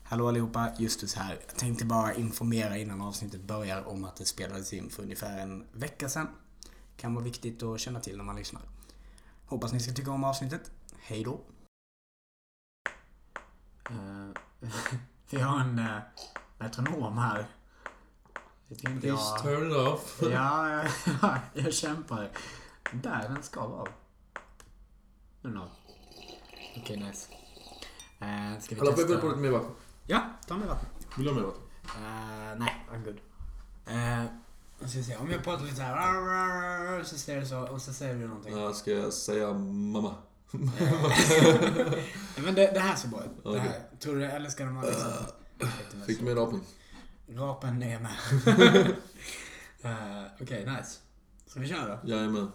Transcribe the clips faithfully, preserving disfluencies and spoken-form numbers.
Hallå allihopa, Justus här. Jag tänkte bara informera innan avsnittet börjar om att det spelades in för ungefär en vecka sedan. Kan vara viktigt att känna till när man lyssnar. Hoppas ni ska tycka om avsnittet. Hej då! Uh, vi har en uh, metronom här. Please jag... turn it off. ja, ja, ja, jag kämpar. Där, den ska vara. No, no. Okej, okay, nice. Uh, ska vi Alla testa? får på lite mer vatten. Ja, ta med vatten. Vill du ha mer vatten? Uh, nej, I'm good. Uh, jag ska se, om jag pratar lite så här så säger du så, och så säger du någonting. Ja, ska jag säga mamma? Men det, det här så bra. Det okay. här, tror du, eller ska de ha liksom... Uh, fick du med rapen? Rapen är med. uh, Okej, okay, nice. Ska vi köra då? Jajamän.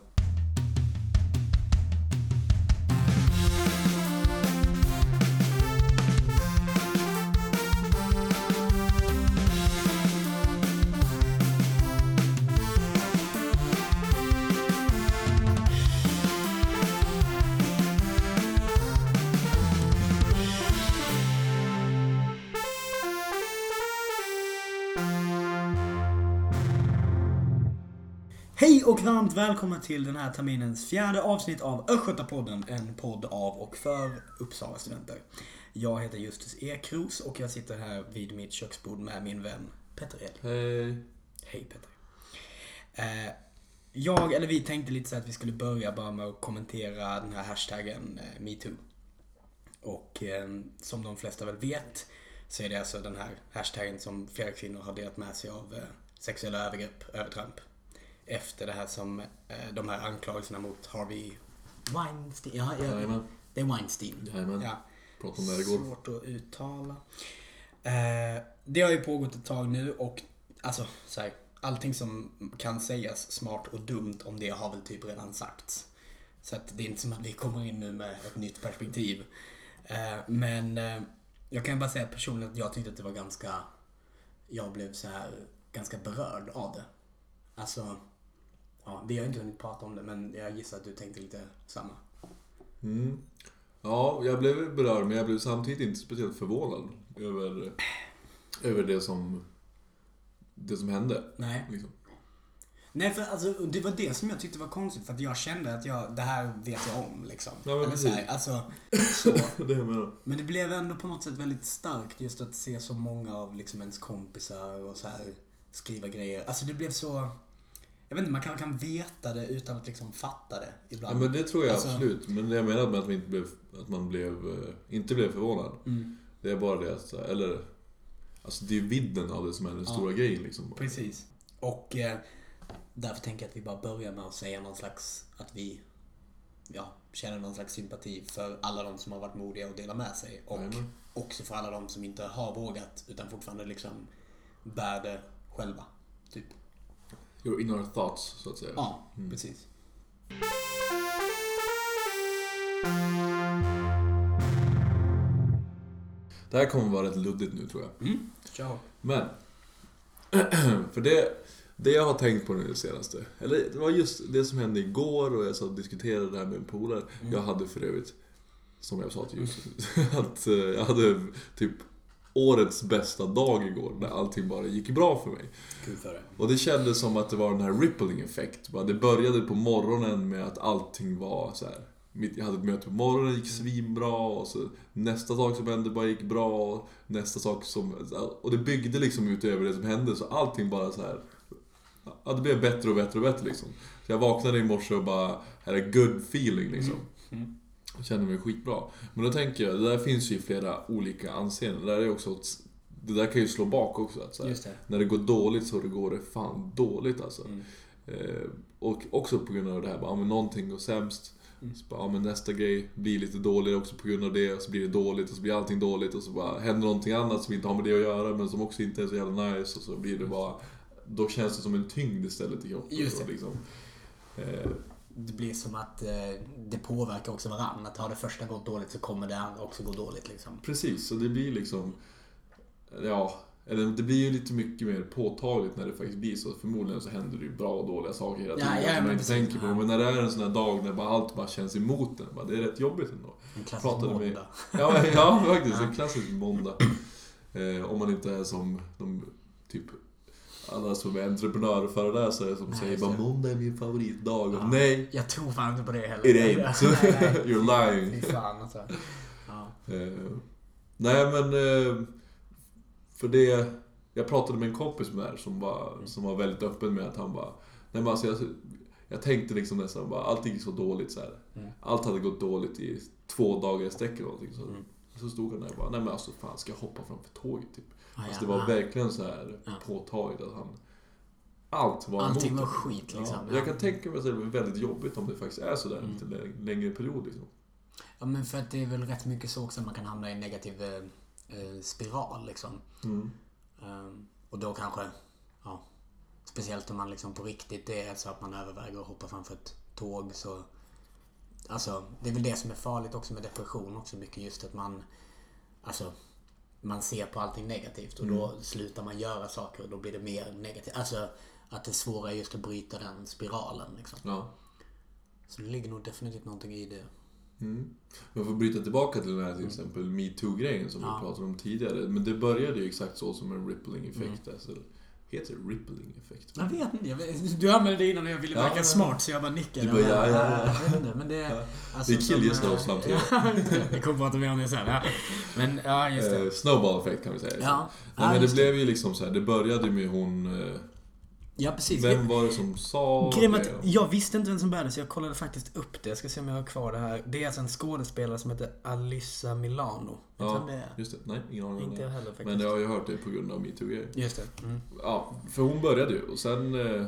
Hej och varmt välkomna till den här terminens fjärde avsnitt av Östgötapodden, en podd av och för Uppsala-studenter. Jag heter Justus Ekros och jag sitter här vid mitt köksbord med min vän Petter El. Hej. Hej Petter. Eh, jag, eller vi tänkte lite så att vi skulle börja bara med att kommentera den här hashtaggen eh, MeToo. Och eh, som de flesta väl vet så är det alltså den här hashtaggen som flera kvinnor har delat med sig av eh, sexuella övergrepp, övertramp. Efter det här som eh, de här anklagelserna mot Harvey Weinstein. Ja, ja, det är Weinstein. Jajamän. Ja. Prata om det här igår. Svårt att uttala. Eh, det har ju pågått ett tag nu och alltså så här, allting som kan sägas smart och dumt om det har väl typ redan sagts. Så att det är inte som att vi kommer in nu med ett nytt perspektiv. Eh, men eh, jag kan bara säga personligen att jag tyckte att det var ganska, jag blev så här ganska berörd av det. Alltså, ja, vi har inte hunnit prata om det, men jag gissar att du tänkte lite samma. Mm. Ja, jag blev berörd, men jag blev samtidigt inte speciellt förvånad över, över det som det som hände. Nej. Liksom. Nej, för alltså, det var det som jag tyckte var konstigt, för att jag kände att jag, det här vet jag om, liksom. Ja, men eller så här, alltså, så. det med. Men det blev ändå på något sätt väldigt starkt just att se så många av liksom ens kompisar och så här skriva grejer. Alltså det blev så... Jag vet inte, man kan, kan veta det utan att liksom fatta det ibland. Ja, men det tror jag alltså, absolut. Men det jag menar med att man inte blev, att man blev, inte blev förvånad. Mm. Det är bara det att, eller, alltså det är vidden av det som är den ja, stora grejen liksom. Precis. Och eh, därför tänker jag att vi bara börjar med att säga någon slags, att vi ja, känner någon slags sympati för alla de som har varit modiga och dela med sig. Och Amen. Också för alla de som inte har vågat utan fortfarande liksom bär det själva, typ. Your inner thoughts, så att säga. Ja, mm. precis. Det här kommer vara rätt luddigt nu, tror jag. Mm. Ciao. Men, för det, det jag har tänkt på nu det senaste, eller det var just det som hände igår och jag så diskuterade det här med en polare. Mm. Jag hade för övrigt, som jag sa till just att jag hade typ årets bästa dag igår när allting bara gick bra för mig. Kul för det. Och det kändes som att det var den här rippling effekt. Det började på morgonen med att allting var så här. Jag hade ett möte på morgonen, gick svinbra och så nästa sak som hände bara gick bra och nästa sak som, och det byggde liksom ut över det som hände, så allting bara så här. Ja, det blev bättre och bättre och bättre liksom. Så jag vaknade i morse och bara had a good feeling liksom. Mm. Mm. Jag kände mig skitbra. Men då tänker jag, det där finns ju flera olika anseenden. Det där är också, det där kan ju slå bak också att så här, just det. när det går dåligt så det går det fan dåligt alltså. Mm. Eh, och också på grund av det här, bara, ja, men någonting går sämst. Mm. Så bara, ja, men nästa grej blir lite dåligt också på grund av det, och så blir det dåligt och så blir allting dåligt och så bara händer någonting annat som inte har med det att göra men som också inte är så jävla nice och så blir det bara, då känns det som en tyngd istället i kroppen. Just det. Och liksom, eh, det blir som att eh, det påverkar också varandra. Att har det första gått dåligt så kommer det andra också gå dåligt liksom. Precis, så det blir liksom, ja, eller det blir ju lite mycket mer påtagligt när det faktiskt blir så. Förmodligen så händer det ju bra och dåliga saker hela tiden, ja, ja, som man inte tänker på. Ja. Men när det är en sån här dag när bara allt bara känns emot den, bara, det är rätt jobbigt ändå. En klassisk måndag. Med, ja, ja, faktiskt, en klassisk måndag. Eh, om man inte är som de typ alla som är entreprenörföreläsare som nej, säger bara måndag är min favoritdag. Ja, nej. Jag tror fan inte på det heller. It ain't. nej, nej. You're lying. Fy fan alltså. Ja. Eh, nej men eh, för det jag pratade med en kompis med här som var, mm. som var väldigt öppen med att han bara nej men alltså jag, jag tänkte liksom nästan bara allt gick så dåligt så här. Mm. Allt hade gått dåligt i två dagar i sträck eller någonting så. Mm. Så stod han där och bara, nej men alltså fan ska jag hoppa framför tåget typ. Ah, alltså, det var ah. verkligen så här ah. påtagligt att han allt var allting var skit liksom. Ja. Ja. Jag kan tänka mig att det är väldigt jobbigt om det faktiskt är så där mm. lite längre period liksom. Ja men för att det är väl rätt mycket så också att man kan hamna i en negativ eh, spiral liksom. Mm. Um, och då kanske ja, speciellt om man liksom på riktigt det är så att man överväger att hoppa framför ett tåg så alltså, det är väl det som är farligt också med depression också mycket just att man alltså, man ser på allting negativt och mm. då slutar man göra saker och då blir det mer negativt. Alltså, att det är svårare just att bryta den spiralen liksom. Ja. Så det ligger nog definitivt någonting i det. Mm. Man får bryta tillbaka till den här till exempel mm. MeToo-grejen som ja. vi pratade om tidigare. Men det började ju exakt så som en rippling-effekt. Mm. Alltså, heter det rippling-effekt? Jag vet inte. Jag vet, du använde det innan och jag ville verka ja, smart så jag bara nickade. Du bara, ja, ja, ja. Jag vet inte, men det, ja. alltså, det är killgissnåslam till. Vi kommer prata mer om det sen. Ja. Men ja, just det. Uh, snowball-effekt kan vi säga. Ja. Nej, ja, men det blev ju liksom så här. Det började med hon... Uh, Ja, precis. Vem var det som sa det? Jag visste inte vem som började så jag kollade faktiskt upp det. Jag ska se om jag har kvar det här. Det är alltså en skådespelare som heter Alyssa Milano. Vet ja, vem det är? Just det. Nej, ingen aning. Inte jag heller faktiskt. Men jag har ju hört det på grund av MeToo-grejer. Just det. Mm. Ja, för hon började ju. Och sen... Eh,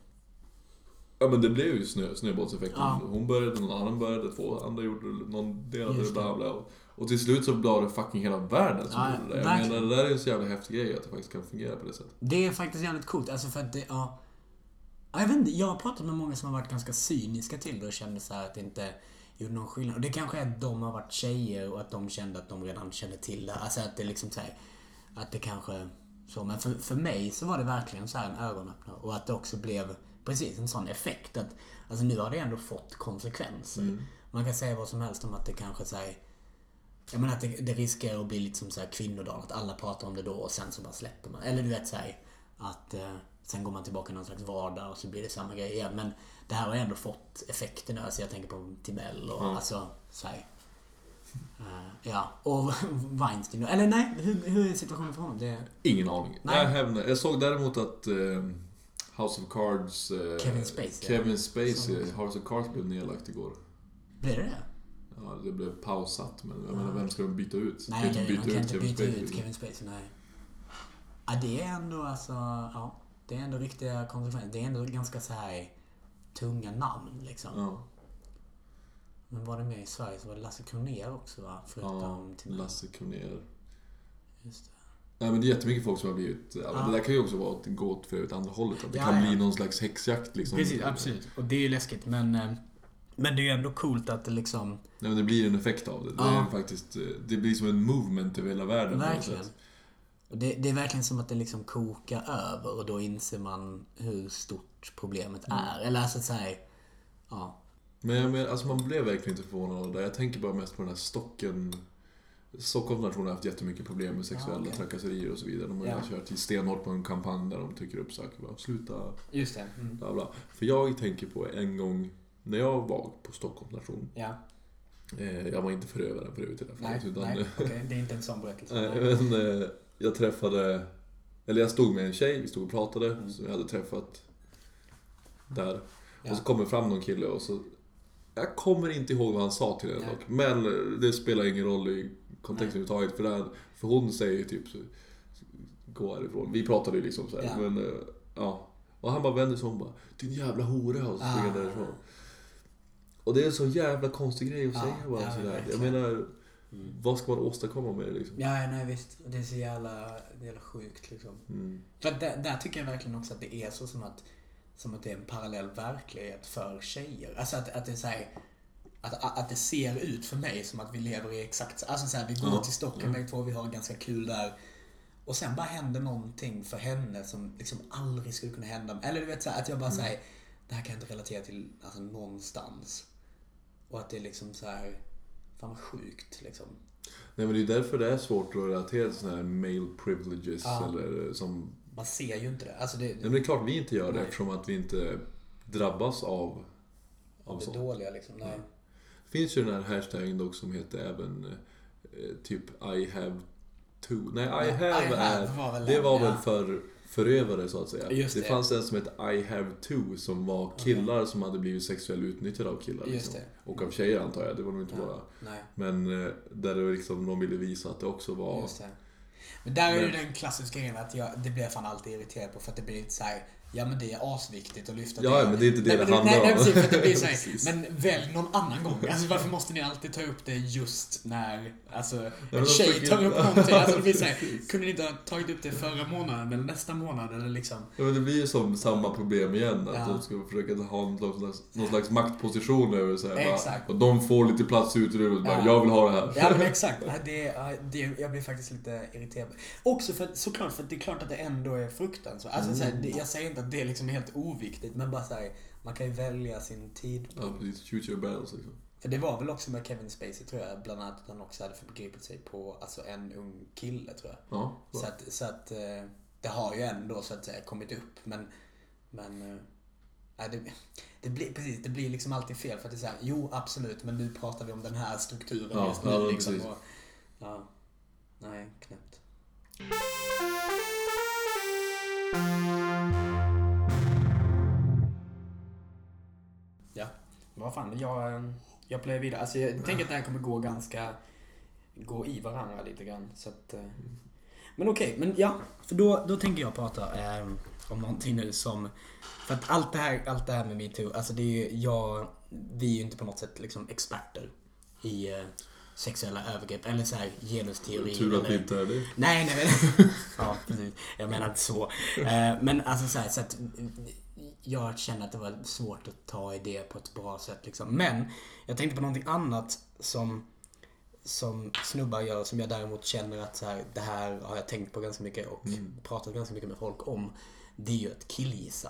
ja, men det blev ju snö, snöbollseffekten. Ja. Hon började, någon annan började, två andra gjorde någon delade det, bla bla. Och till slut så blev det fucking hela världen som ja, gjorde det. Jag verkligen. menar, det där är en så jävla häftig grej att det faktiskt kan fungera på det sättet. Det är faktiskt jävligt coolt. Alltså för att det... Ja. Jag vet inte, jag har pratat med många som har varit ganska cyniska till det och kände så här att det inte gjorde någon skillnad. Och det kanske är att de har varit tjejer och att de kände att de redan kände till det. Alltså att det liksom så här, att det kanske så. Men för, för mig så var det verkligen så här en ögonöppnare. Och att det också blev precis en sån effekt att alltså nu har det ändå fått konsekvenser. Mm. Man kan säga vad som helst om att det kanske så här, jag menar att det, det riskerar att bli lite som så här kvinnodag. Att alla pratar om det då och sen så bara släpper man. Eller du vet så här, att... Sen går man tillbaka i någon slags vardag och så blir det samma grej igen. Men det här har ändå fått effekter nu. Alltså jag tänker på Timell och mm. alltså så här. Uh, ja, och Weinstein. Eller nej, hur, hur är situationen för honom? Det... Ingen aning. Nej. Jag, hävnar, jag såg däremot att uh, House of Cards... Uh, Kevin Spacey. Kevin Spacey, House of Cards blev nedlagt igår. Blev det det? Ja, det blev pausat. Men jag uh. menar, vem ska de byta ut? Nej, kan inte byta man kan ut inte byta Kevin ut Spacey. Kevin Spacey, nej. Ja, det är ändå alltså... Ja. Det är ändå riktiga konsekvenser. Det är ändå ganska så här tunga namn liksom. Ja. Men var det med i Sverige så var det Lasse Kronér också va? Förutom ja, till Lasse Kronér. Just det. Nej men det är jättemycket folk som har blivit... Ja. Det där kan ju också vara att gå åt för ett andra hållet. Att det ja, kan ja. bli någon slags häxjakt liksom. Precis, absolut. Och det är ju läskigt. Men, men det är ju ändå coolt att det liksom... Nej men det blir en effekt av det. Det, ja. är faktiskt, det blir som en movement över hela världen. Verkligen. Det, det är verkligen som att det liksom kokar över och då inser man hur stort problemet mm. är. Eller alltså så här, ja. Men jag menar, alltså man blev verkligen inte förvånad av det. Jag tänker bara mest på den här stocken. Stockholms nation har haft jättemycket problem med sexuella ja, okay. trakasserier och så vidare. De har ja. kört till stenhårt på en kampanj där de tycker upp saker. Bara, sluta. Just det. Mm. Bla bla. För jag tänker på en gång när jag var på Stockholms nation. Ja. Eh, jag var inte förövaren för övrigt i det här fallet. Nej, nej. Okay. Det är inte en sån berättelse. Nej, men... Eh, jag träffade, eller jag stod med en tjej, vi stod och pratade, mm. som jag hade träffat där. Ja. Och så kommer fram någon kille och så, jag kommer inte ihåg vad han sa till henne dock, men det spelar ingen roll i kontexten överhuvudtaget, för, det för hon säger ju typ så, gå härifrån. Vi pratade ju liksom så här, ja. men ja. Och han bara vänder sig om och bara, din jävla hora, och så springer ah. därifrån. Och det är en så jävla konstig grej att ah. säga bara ja, sådär. Jag menar... Mm. Vad ska man åstadkomma med det liksom? Ja, nej visst. Det är så jävla, det är jävla sjukt liksom. Mm. För där, där tycker jag verkligen också att det är så som att, som att det är en parallell verklighet för tjejer. Alltså att, att det är så här, att, att det ser ut för mig som att vi lever i exakt... Alltså så här, vi går ja. till Stockholm, ja. två, vi har ganska kul där. Och sen bara händer någonting för henne som liksom aldrig skulle kunna hända. Eller du vet så här, att jag bara mm. säger, det här kan jag inte relatera till alltså, någonstans. Och att det är liksom så här... Fan vad sjukt liksom. Nej, men det är därför det är svårt att relatera till sådana här male privileges. Ja. Eller som... Man ser ju inte det. Alltså det... Nej, men det är klart vi inte gör det. Nej. Eftersom att vi inte drabbas av, av det sånt. Dåliga liksom, nej. Det finns ju den här hashtaggen dock som heter även eh, typ I have to. Nej, I have, I have är, var väl det var väl ja. för förövare så att säga. Just det. Det fanns en som heter I have to som var killar okay. som hade blivit sexuellt utnyttjade av killar. Liksom. Och av tjejer antar jag, det var nog inte ja. bara. Nej. Men eh, där det liksom, de ville visa att det också var... Just det. Men där är ju den klassiska grejen att jag, det blir jag fan alltid irriterad på för att det blir lite såhär, ja men det är asviktigt att lyfta ja, det. Ja men det är inte det nej, det handlar nej, om. Nej, precis, för det blir såhär, men välj någon annan gång. Alltså varför måste ni alltid ta upp det just när alltså, ja, en tjej tar upp någonting? Alltså det blir såhär, kunde ni inte ha tagit upp det förra månaden eller nästa månad eller liksom? Ja men det blir ju som samma problem igen, att ja. de ska försöka ha någon slags, någon slags maktposition över så här, exakt. Bara, och de får lite plats ut i rummet, bara, ja. jag vill ha det här. Ja men exakt, det, det, jag blir faktiskt lite irriterad. Också för, såklart, för det är klart att det ändå är fruktansvärt. Alltså, mm. så här, det, jag säger inte att det är liksom helt oviktigt, men bara så här, man kan ju välja sin tid. Ja, precis. Choose your battles liksom. För det var väl också med Kevin Spacey tror jag, bland annat att han också hade förgripit sig på alltså, en ung kille tror jag. Ja, så att, så att det har ju ändå så att säga kommit upp, men men äh, det, det blir precis, det blir liksom alltid fel för att det är så här, jo absolut, men nu pratar vi om den här strukturen ja, just nu ja, liksom och, ja. Nej, knäppt. Ja, vad fan, jag, jag plöjer vidare. Alltså jag tänker att det här kommer gå ganska, gå i varandra lite grann. Så att, men okej, men ja, för då, då tänker jag prata eh, om någonting nu som, för att allt det här, allt det här med MeToo, alltså det är ju, jag, vi är ju inte på något sätt liksom experter i eh, sexuella övergrepp eller så här genusteori. Tur att vi inte är det. Nej, nej, men ja, precis. Jag menar inte så. Men alltså så här, så att jag känner att det var svårt att ta i det på ett bra sätt liksom. Men jag tänkte på någonting annat som som snubbar gör, som jag däremot känner att så här, det här har jag tänkt på ganska mycket och mm. pratat ganska mycket med folk om. Det är ju att killgissa.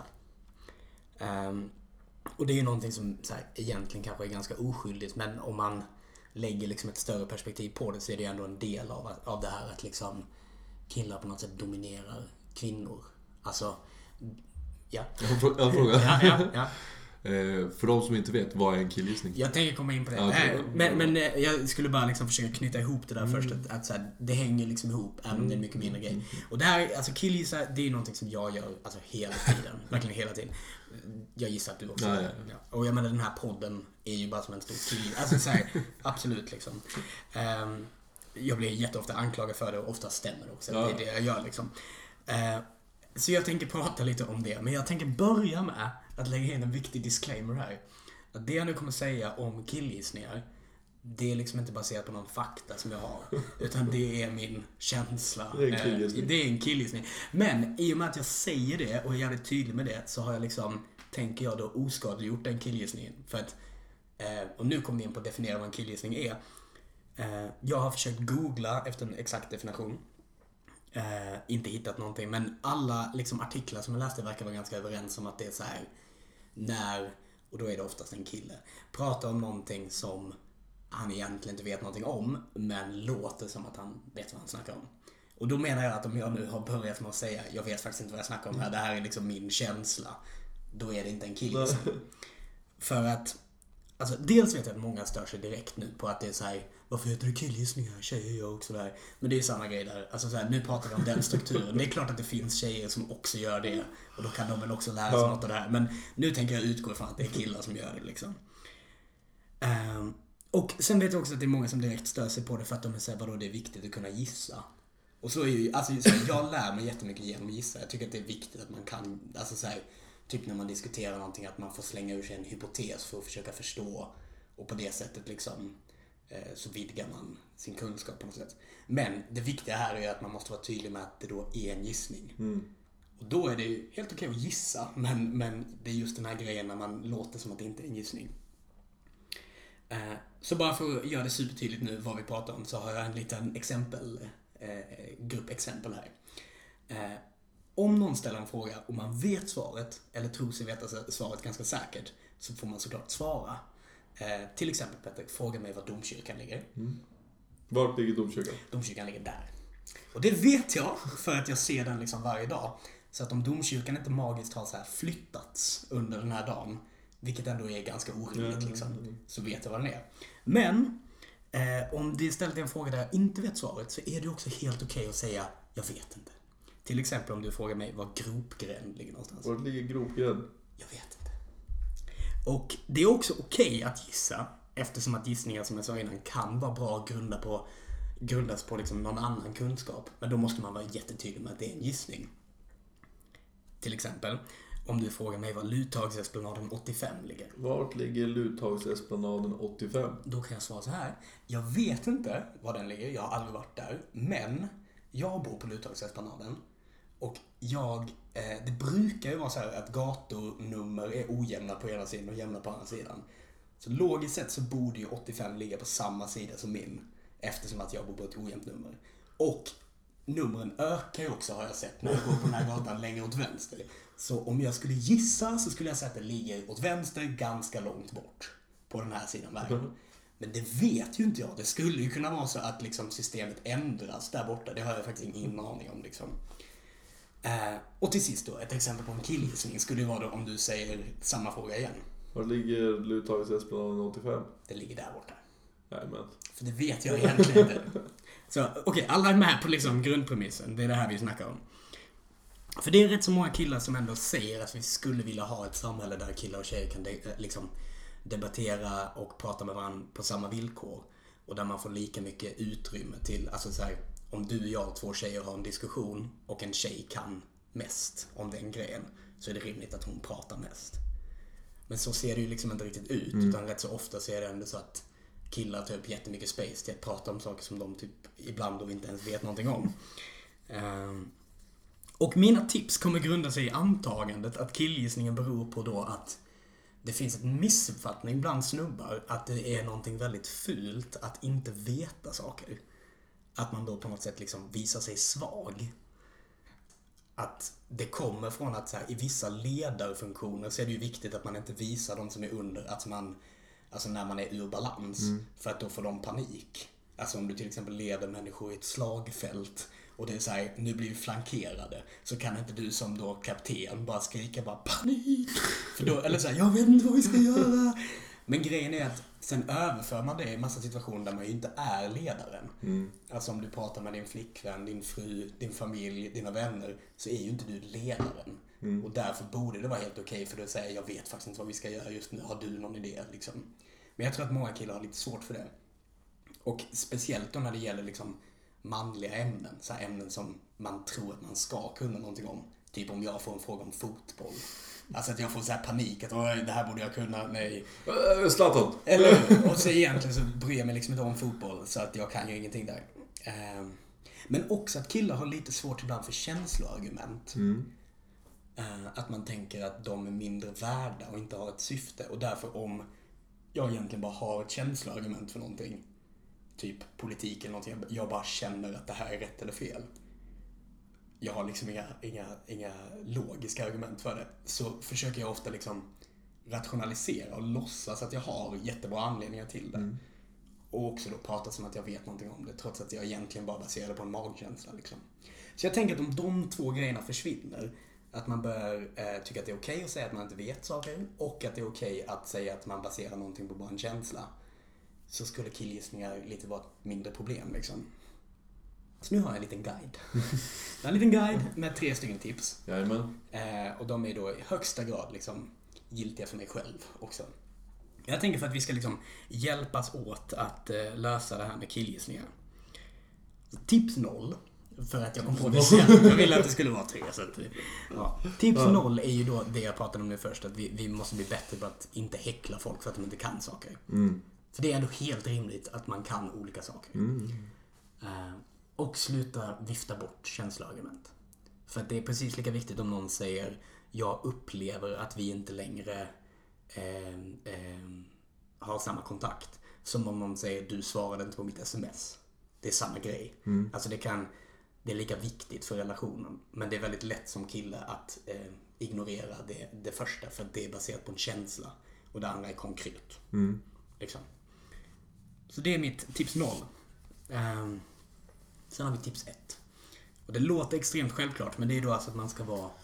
Um, och det är ju någonting som så här, egentligen kanske är ganska oskyldigt, men om man lägger liksom ett större perspektiv på det så är det ändå en del av, av det här att liksom killar på något sätt dominerar kvinnor. Alltså, ja. Jag har en fråga. ja, ja, ja. Eh, för de som inte vet, vad är en killgissning? Jag tänker komma in på det. Ja, äh, men, men jag skulle bara liksom försöka knyta ihop det där mm. först. Att, att så här, det hänger liksom ihop, även om det är mycket mindre grej. Och det här, alltså killgissa, det är någonting som jag gör alltså hela tiden. Verkligen hela tiden. Jag gissar att du också ja, ja. Ja. Och jag menar, den här podden är ju bara som en stor kill. Alltså så här, absolut liksom. Um, jag blir jätteofta anklagad för det och ofta stämmer det också. Ja. Det är det jag gör liksom. Uh, så jag tänker prata lite om det. Men jag tänker börja med att lägga in en viktig disclaimer här. Att det jag nu kommer säga om killgissningar, det är liksom inte baserat på någon fakta som jag har. Utan det är min känsla. Det är en killgissning. Det är en killgissning. Men i och med att jag säger det och är jävligt tydlig med det, så har jag liksom, tänker jag då, oskadliggjort den killgissningen. För att, och nu kommer vi in på att definiera vad en killgissning är. Jag har försökt googla efter en exakt definition. Uh, inte hittat någonting, men alla liksom artiklar som jag läste verkar vara ganska överens om att det är så här, när, och då är det oftast en kille, pratar om någonting som han egentligen inte vet någonting om, men låter som att han vet vad han snackar om. Och då menar jag att om jag nu har börjat med att säga, jag vet faktiskt inte vad jag snackar om här, det här är liksom min känsla, då är det inte en kille. För att alltså, dels vet jag att många stör sig direkt nu på att det är så här, varför heter det killgissningar? Tjejer gör också det här. Men det är samma grej där. Alltså så här, nu pratar vi om den strukturen. Det är klart att det finns tjejer som också gör det. Och då kan de väl också lära sig ja. något av det här. Men nu tänker jag utgå ifrån att det är killar som gör det liksom. Um, och sen vet jag också att det är många som direkt stör sig på det för att de säger vadå, det är viktigt att kunna gissa. Och så är ju, alltså så här, jag lär mig jättemycket genom att gissa. Jag tycker att det är viktigt att man kan, alltså så här, typ när man diskuterar någonting, att man får slänga ur sig en hypotes för att försöka förstå. Och på det sättet liksom så vidgar man sin kunskap på något sätt. Men det viktiga här är att man måste vara tydlig med att det då är en gissning. Mm. Och då är det ju helt okej att gissa, men, men det är just den här grejen när man låter som att det inte är en gissning. Eh, så bara för att göra det supertydligt nu vad vi pratar om, så har jag en liten exempel, eh, gruppexempel här. Eh, om någon ställer en fråga och man vet svaret, eller tror sig veta svaret ganska säkert, så får man såklart svara. Eh, till exempel Petter, fråga mig var domkyrkan ligger. Mm. Vart ligger domkyrkan? Domkyrkan ligger där. Och det vet jag för att jag ser den liksom varje dag. Så att om domkyrkan inte magiskt har så här flyttats under den här dagen, vilket ändå är ganska orimligt liksom, så vet jag vad den är. Men eh, om det istället är en fråga där jag inte vet svaret, så är det också helt okej okay att säga jag vet inte. Till exempel om du frågar mig var Gropgränd ligger någonstans. Var ligger Gropgränd? Jag vet inte. Och det är också okej okay att gissa, eftersom att gissningar som jag sa innan kan vara bra grunda på, grundas på liksom någon annan kunskap. Men då måste man vara jättetydlig med att det är en gissning. Till exempel, om du frågar mig var Luthagsesplanaden åttiofem ligger. Vart ligger Luthagsesplanaden åttiofem? Då kan jag svara så här. Jag vet inte var den ligger, jag har aldrig varit där. Men jag bor på Luthagsesplanaden. Och jag, eh, det brukar ju vara så här att gatunummer är ojämna på ena sidan och jämna på andra sidan. Så logiskt sett så borde ju åttiofem ligga på samma sida som min. Eftersom att jag bor på ett ojämnt nummer. Och numren ökar ju också, har jag sett, när jag går på den här gatan längre åt vänster. Så om jag skulle gissa så skulle jag säga att det ligger åt vänster ganska långt bort på den här sidan vägen. Men det vet ju inte jag. Det skulle ju kunna vara så att liksom systemet ändras där borta. Det har jag faktiskt ingen aning om. Liksom. Eh, och till sist då, ett exempel på en killgissning skulle ju vara då om du säger samma fråga igen. Var ligger Luthagsesplanaden åttiofem? Det ligger där borta. Jajamän. För det vet jag egentligen inte. Så okej, okay, alla är med på liksom grundpremissen. Det är det här vi snackar om. För det är rätt så många killar som ändå säger att vi skulle vilja ha ett samhälle där killar och tjejer kan de- liksom debattera och prata med varandra på samma villkor. Och där man får lika mycket utrymme till, alltså så här, om du och jag, två tjejer, har en diskussion och en tjej kan mest om den grejen, så är det rimligt att hon pratar mest. Men så ser det ju liksom inte riktigt ut, mm. utan rätt så ofta så är det ändå så att killar tar upp jättemycket space till att prata om saker som de typ ibland då inte ens vet någonting om. Um, och mina tips kommer grunda sig i antagandet att killgissningen beror på då att det finns en missuppfattning bland snubbar att det är någonting väldigt fult att inte veta saker. Att man då på något sätt liksom visar sig svag. Att det kommer från att så här, i vissa ledarfunktioner så är det ju viktigt att man inte visar de som är under, att man, alltså när man är ur balans, mm. för att då får de panik. Alltså om du till exempel leder människor i ett slagfält och det är så här, nu blir vi flankerade, så kan inte du som då kapten bara skrika bara panik. För då, eller så här, jag vet inte vad vi ska göra. Men grejen är att sen överför man det i massa situationer där man ju inte är ledaren. Mm. Alltså om du pratar med din flickvän, din fru, din familj, dina vänner, så är ju inte du ledaren. Mm. Och därför borde det vara helt okej för att säga, jag vet faktiskt inte vad vi ska göra just nu, har du någon idé? Liksom. Men jag tror att många killar har lite svårt för det. Och speciellt då när det gäller liksom manliga ämnen, så här ämnen som man tror att man ska kunna någonting om. Typ om jag får en fråga om fotboll. Alltså att jag får så här panik att det här borde jag kunna, nej. Zlatan. Eller, och så egentligen så bryr jag mig liksom inte om fotboll, så att jag kan ju ingenting där. Men också att killar har lite svårt ibland för känsloargument. Mm. Att man tänker att de är mindre värda och inte har ett syfte. Och därför om jag egentligen bara har ett känsloargument för någonting, typ politik eller någonting, jag bara känner att det här är rätt eller fel. Jag har liksom inga, inga, inga logiska argument för det. Så försöker jag ofta liksom rationalisera och låtsas att jag har jättebra anledningar till det. Mm. Och också då prata som att jag vet någonting om det, trots att jag egentligen bara baserar det på en magkänsla. Liksom. Så jag tänker att om de två grejerna försvinner, att man bör eh, tycka att det är okej okay att säga att man inte vet saker, och att det är okej okay att säga att man baserar någonting på bara en känsla, så skulle killgissningar lite vara ett mindre problem liksom. Så nu har jag en liten guide. Jag har en liten guide med tre stycken tips. Jajamän. Eh, och de är då i högsta grad liksom giltiga för mig själv också. Jag tänker för att vi ska liksom hjälpas åt att eh, lösa det här med killgissningar. Tips noll. För att jag kom på det sen. Jag ville att det skulle vara tre. Så att, ja. Tips ja. noll är ju då det jag pratade om nu först. Att vi, vi måste bli bättre på att inte häckla folk för att de inte kan saker. Mm. För det är ändå helt rimligt att man kan olika saker. Mm. Eh, Och sluta vifta bort känsloargument. För att det är precis lika viktigt om någon säger jag upplever att vi inte längre eh, eh, har samma kontakt, som om någon säger du svarade inte på mitt sms. Det är samma grej. Mm. Alltså det kan, det är lika viktigt för relationen. Men det är väldigt lätt som kille att eh, ignorera det, det första, för att det är baserat på en känsla. Och det andra är konkret. Mm. Liksom. Så det är mitt tips noll. Um, sen har vi tips ett. Och det låter extremt självklart, men det är då alltså att man ska vara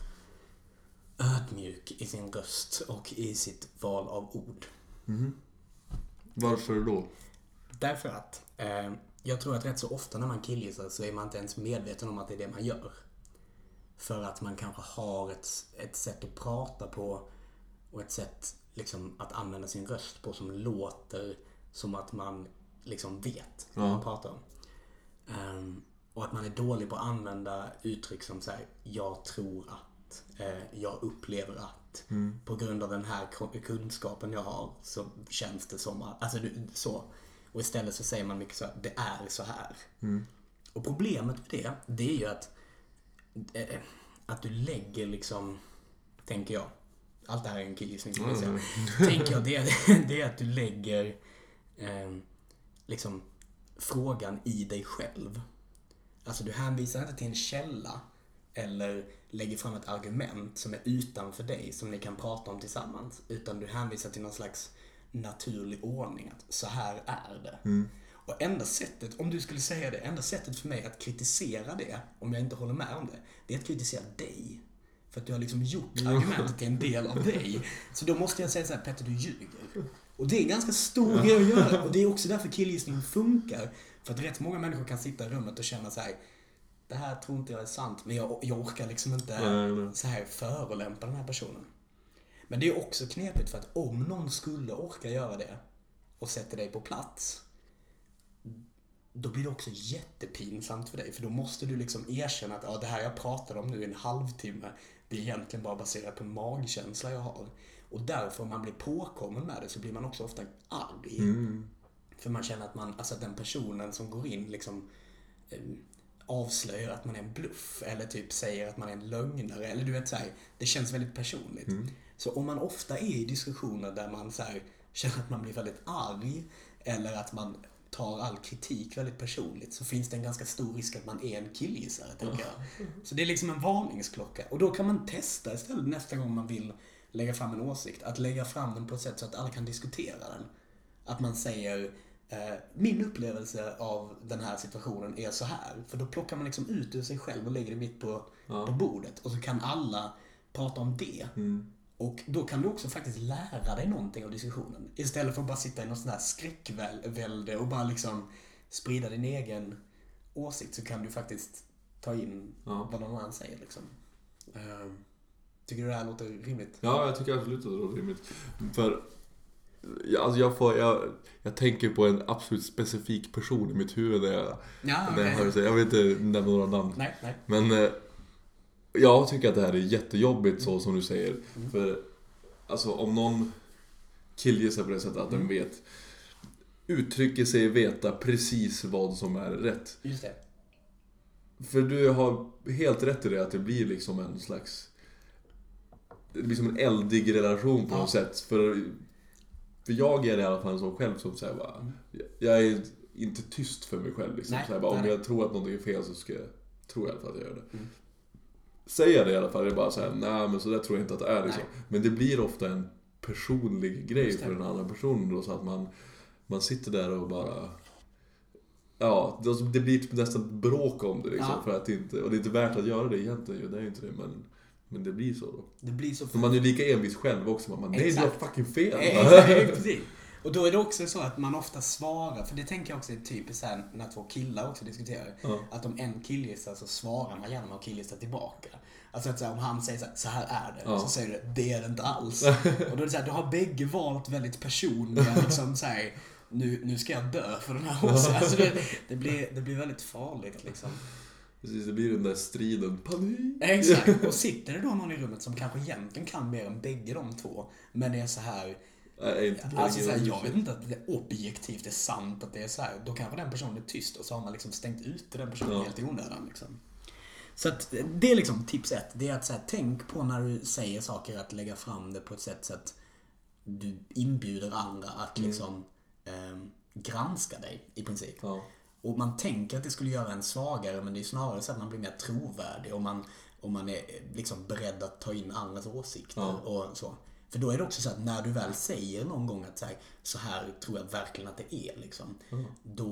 ödmjuk i sin röst och i sitt val av ord. Mm. Varför då? Därför att eh, jag tror att rätt så ofta när man killgissar så är man inte ens medveten om att det är det man gör. För att man kanske har ett, ett sätt att prata på och ett sätt liksom, att använda sin röst på som låter som att man liksom vet vad Ja. man pratar om. Um, och att man är dålig på att använda uttryck som så här, jag tror att, eh, jag upplever att, Mm. på grund av den här kunskapen jag har så känns det som att, alltså så. Och istället så säger man mycket så att det är så här. Mm. Och problemet med det, det är ju att eh, att du lägger liksom, tänker jag, allt det här är en killgissning kan man säga. Mm. Tänker jag, det är, det är att du lägger eh, liksom frågan i dig själv. Alltså du hänvisar inte till en källa eller lägger fram ett argument som är utanför dig som ni kan prata om tillsammans, utan du hänvisar till någon slags naturlig ordning att så här är det. Mm. Och enda sättet, om du skulle säga det, enda sättet för mig att kritisera det, om jag inte håller med om det, det är att kritisera dig. För att du har liksom gjort argumentet till en del av dig. Så då måste jag säga så här, Petter, du ljuger. Och det är en ganska stor grej att göra. Och det är också därför killgissning funkar. För att rätt många människor kan sitta i rummet och känna så här, det här tror inte jag är sant, men jag, jag orkar liksom inte Nej, nej. så här förolämpa den här personen. Men det är också knepigt för att om någon skulle orka göra det och sätter dig på plats, då blir det också jättepinsamt för dig. För då måste du liksom erkänna att ja, det här jag pratade om nu i en halvtimme, det är egentligen bara baserat på en magkänsla jag har. Och därför om man blir påkommen med det så blir man också ofta arg. Mm. För man känner att man, alltså den personen som går in liksom eh, avslöjar att man är en bluff eller typ säger att man är en lögnare eller du vet så här, det känns väldigt personligt. Mm. Så om man ofta är i diskussioner där man så här, känner att man blir väldigt arg eller att man tar all kritik väldigt personligt, så finns det en ganska stor risk att man är en killgissare, tänker jag. Så det är liksom en varningsklocka. Och då kan man testa istället nästa gång man vill lägga fram en åsikt, att lägga fram den på ett sätt så att alla kan diskutera den. Att man säger eh, min upplevelse av den här situationen är så här. För då plockar man liksom ut ur sig själv och lägger det mitt på, Ja. på bordet. Och så kan alla prata om det. Mm. Och då kan du också faktiskt lära dig någonting av diskussionen. Istället för att bara sitta i något sånt här skräckvälde och bara liksom sprida din egen åsikt, så kan du faktiskt ta in Ja. vad någon annan säger liksom. Uh, tycker du det här låter rimligt? Ja, jag tycker absolut att det låter rimligt. För jag, alltså jag, får, jag, jag tänker på en absolut specifik person i mitt huvud när jag, Ja, när jag okej. hör det. Jag vet inte nämna några namn. Nej, nej. Men eh, jag tycker att det här är jättejobbigt så som du säger. Mm. För alltså om någon killgissar på det sättet att den Mm. vet, uttrycker sig veta precis vad som är rätt. Just det. För du har helt rätt i det, att det blir liksom en slags, det blir som en eldig relation på Ja. något sätt. För, för jag är i alla fall en sån själv som säger bara, Mm. jag är inte tyst för mig själv liksom. Nej, Så här, bara, om nej. jag tror att någonting är fel så ska jag, tror jag i alla fall att jag gör det. Mm. Säger jag det i alla fall, det är bara så här, nej men så där tror jag inte att det är liksom. Nej. Men det blir ofta en personlig grej Just det. för den andra personen då, så att man, man sitter där och bara, ja, det- det blir typ nästan bråk om det liksom, Ja. för att det inte, och det är inte värt att göra det egentligen ju, det är ju inte det, men, men det blir så då. Det blir så För man är ju lika envis själv också, man, nej du har Exakt. fucking fel. Exakt, precis. Och då är det också så att man ofta svarar, för det tänker jag också är typiskt här när två killar också diskuterar. Ja. Att om en killgissar så svarar man gärna med att killgissa tillbaka. Alltså att så här, om han säger så här, så här är det, Ja. så säger du, det är det inte alls. Och då är det så här, du har bägge valt väldigt personliga, liksom så här, nu, nu ska jag dö för den här åsikten. Alltså det, det, blir, det blir väldigt farligt liksom. Precis, det blir den där striden, panik. Exakt, och sitter det då någon i rummet som kanske egentligen kan mer än bägge de två, men är så här, Nej, inte alltså så här, jag vet inte att det objektivt är sant att det är så här, då kanske den personen är tyst och så har man liksom stängt ut den personen Ja. helt i onödan liksom. Så att det är liksom tips ett, det är att så här, tänk på när du säger saker att lägga fram det på ett sätt så att du inbjuder andra att Mm. liksom eh, granska dig i princip. Ja. Och man tänker att det skulle göra en svagare, men det är snarare så att man blir mer trovärdig och man, och man är liksom beredd att ta in andras åsikter Ja. och så. För då är det också så att när du väl säger någon gång att så här, så här tror jag verkligen att det är liksom, Ja. då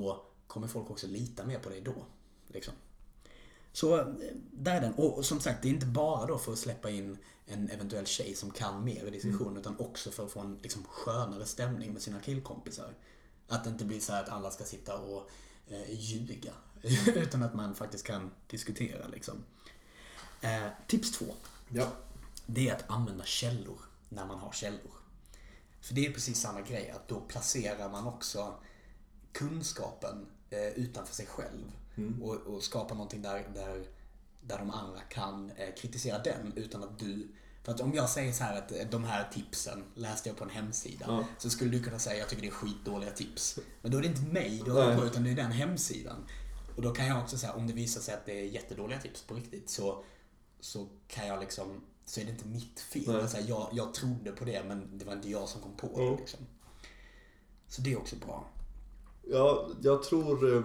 kommer folk också lita mer på dig då. Liksom. Så där är den. Och som sagt, det är inte bara då för att släppa in en eventuell tjej som kan mer i diskussionen, mm. utan också för att få en liksom skönare stämning med sina killkompisar. Att det inte blir så här att alla ska sitta och eh, ljuga, utan att man faktiskt kan diskutera. Liksom. Eh, tips två. Ja. Det är att använda källor när man har källor. För det är precis samma grej, att då placerar man också kunskapen eh, utanför sig själv. Mm. Och, och skapa någonting där, där, där de andra kan eh, kritisera den utan att du... För att om jag säger så här att eh, de här tipsen läste jag på en hemsida, ja. Så skulle du kunna säga jag tycker det är skitdåliga tips. Men då är det inte mig du har på, utan det är den hemsidan. Och då kan jag också säga, om det visar sig att det är jättedåliga tips på riktigt, så, så kan jag liksom... Så är det inte mitt fel. Alltså, jag, jag trodde på det, men det var inte jag som kom på det. Mm. Liksom. Så det är också bra. Ja, jag tror...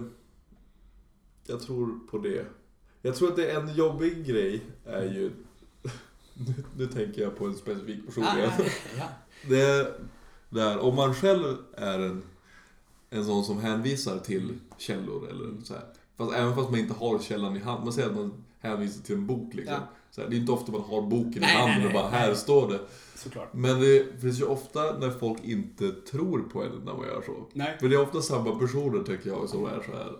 Jag tror på det. Jag tror att det är en jobbig grej är ju... Nu, nu tänker jag på en specifik person. Ah, ja, ja. Det är där, om man själv är en, en sån som hänvisar till källor eller så här. Fast även fast man inte har källan i hand. Man säger att man hänvisar till en bok liksom. Ja. Så här, det är inte ofta man har boken nej, i handen nej, nej, och bara, här nej. står det. Såklart. Men det finns ju ofta när folk inte tror på en när man gör så. Nej. För det är ofta samma personer tycker jag som är så här.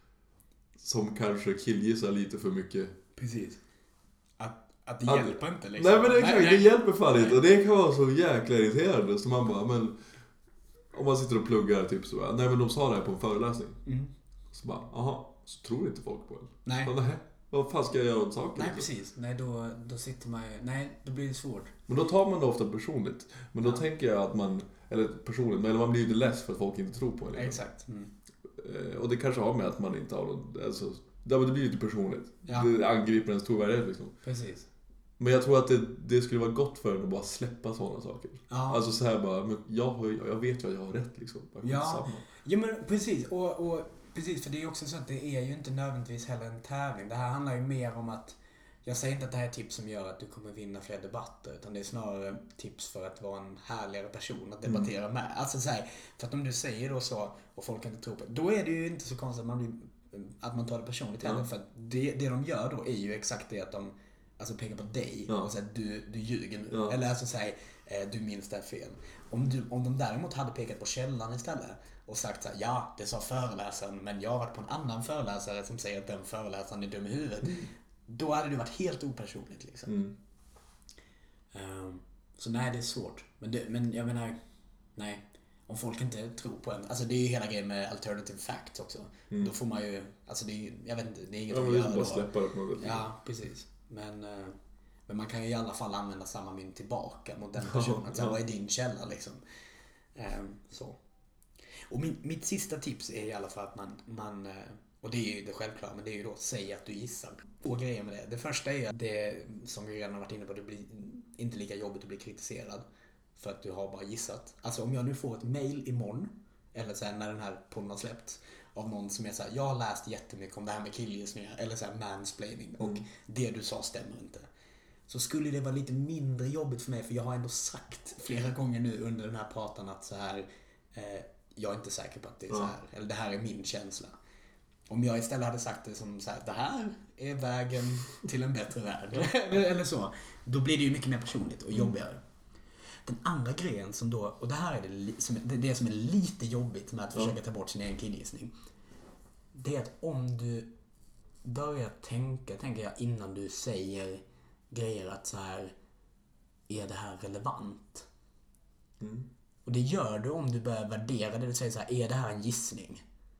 Som kanske killgissar lite för mycket. Precis. Att, att det att, hjälper inte liksom. Nej men det, nej, nej. det hjälper fan inte. Och det kan vara så jäkla irriterande. Så man bara, men... Om man sitter och pluggar typ så. Nej men de sa det här på en föreläsning. Mm. Så bara, aha. Så tror inte folk på en. Nej. Så, nej. Vad fan ska jag göra åt saker? Nej precis. Nej då, då sitter man ju... Nej, då blir det svårt. Men då tar man det ofta personligt. Men då ja. tänker jag att man... Eller personligt. Men man blir ju lite less för att folk inte tror på en. Liksom. Exakt. Mm. Och det kanske har med att man inte har någon, alltså, det blir ju lite personligt. Ja. Det angriper ens trovärdighet liksom. Precis. Men jag tror att det, det skulle vara gott för en att bara släppa sådana saker. Ja. Alltså så här bara, men jag, har, jag vet ju att jag har rätt liksom. Ja. ja, men precis. Och, och precis, för det är också så att det är ju inte nödvändigtvis heller en tävling. Det här handlar ju mer om att, jag säger inte att det här är tips som gör att du kommer vinna fler debatter, utan det är snarare tips för att vara en härligare person att debattera mm. med. Alltså så här, för att om du säger då så och folk inte tror på det, då är det ju inte så konstigt att man, blir, att man tar det personligt heller. Mm. För att det, det de gör då är ju exakt det att de alltså pekar på dig ja. och säger du, du ljuger nu. Ja. Eller alltså säger du minns det fel. Om, du, om de däremot hade pekat på källan istället och sagt så här, ja det sa föreläsaren, men jag har varit på en annan föreläsare som säger att den föreläsaren är dum i huvudet. Mm. Då hade det varit helt opersonligt liksom. Mm. Um, så nej, det är svårt. Men, det, men jag menar, nej. Om folk inte tror på en. Alltså det är ju hela grejen med alternative facts också. Mm. Då får man ju, alltså det är ju, jag vet inte, det är inget ja, att göra bara då. Släppa det på något ja, precis. Men, uh, men man kan ju i alla fall använda samma mynt tillbaka mot den personen. Ja, ja. Vad är din källa liksom? Um, så. Och min, mitt sista tips är i alla fall att man, man uh, och det är ju det självklara, men det är ju då säga att du gissar. Två grejer med det. Det första är att det, som vi redan har varit inne på, det blir inte lika jobbigt att bli kritiserad för att du har bara gissat. Alltså om jag nu får ett mail imorgon, eller så här när den här podden har släppt, av någon som är så här, jag har läst jättemycket om det här med killgissningar, eller så här mansplaining, och mm. det du sa stämmer inte. Så skulle det vara lite mindre jobbigt för mig, för jag har ändå sagt flera gånger nu under den här pratan att så här, eh, jag är inte säker på att det är så här, mm. eller det här är min känsla. Om jag istället hade sagt det som så här, det här är vägen till en bättre värld. Eller så. Då blir det ju mycket mer personligt och jobbigare. Mm. Den andra grejen som då, och det här är det som, det som är lite jobbigt med att försöka mm. ta bort sin egen killgissning. Det är att om du börjar tänka, tänker jag, innan du säger grejer att så här, är det här relevant? Mm. Och det gör du om du börjar värdera det. Du säger så här, är det här en gissning?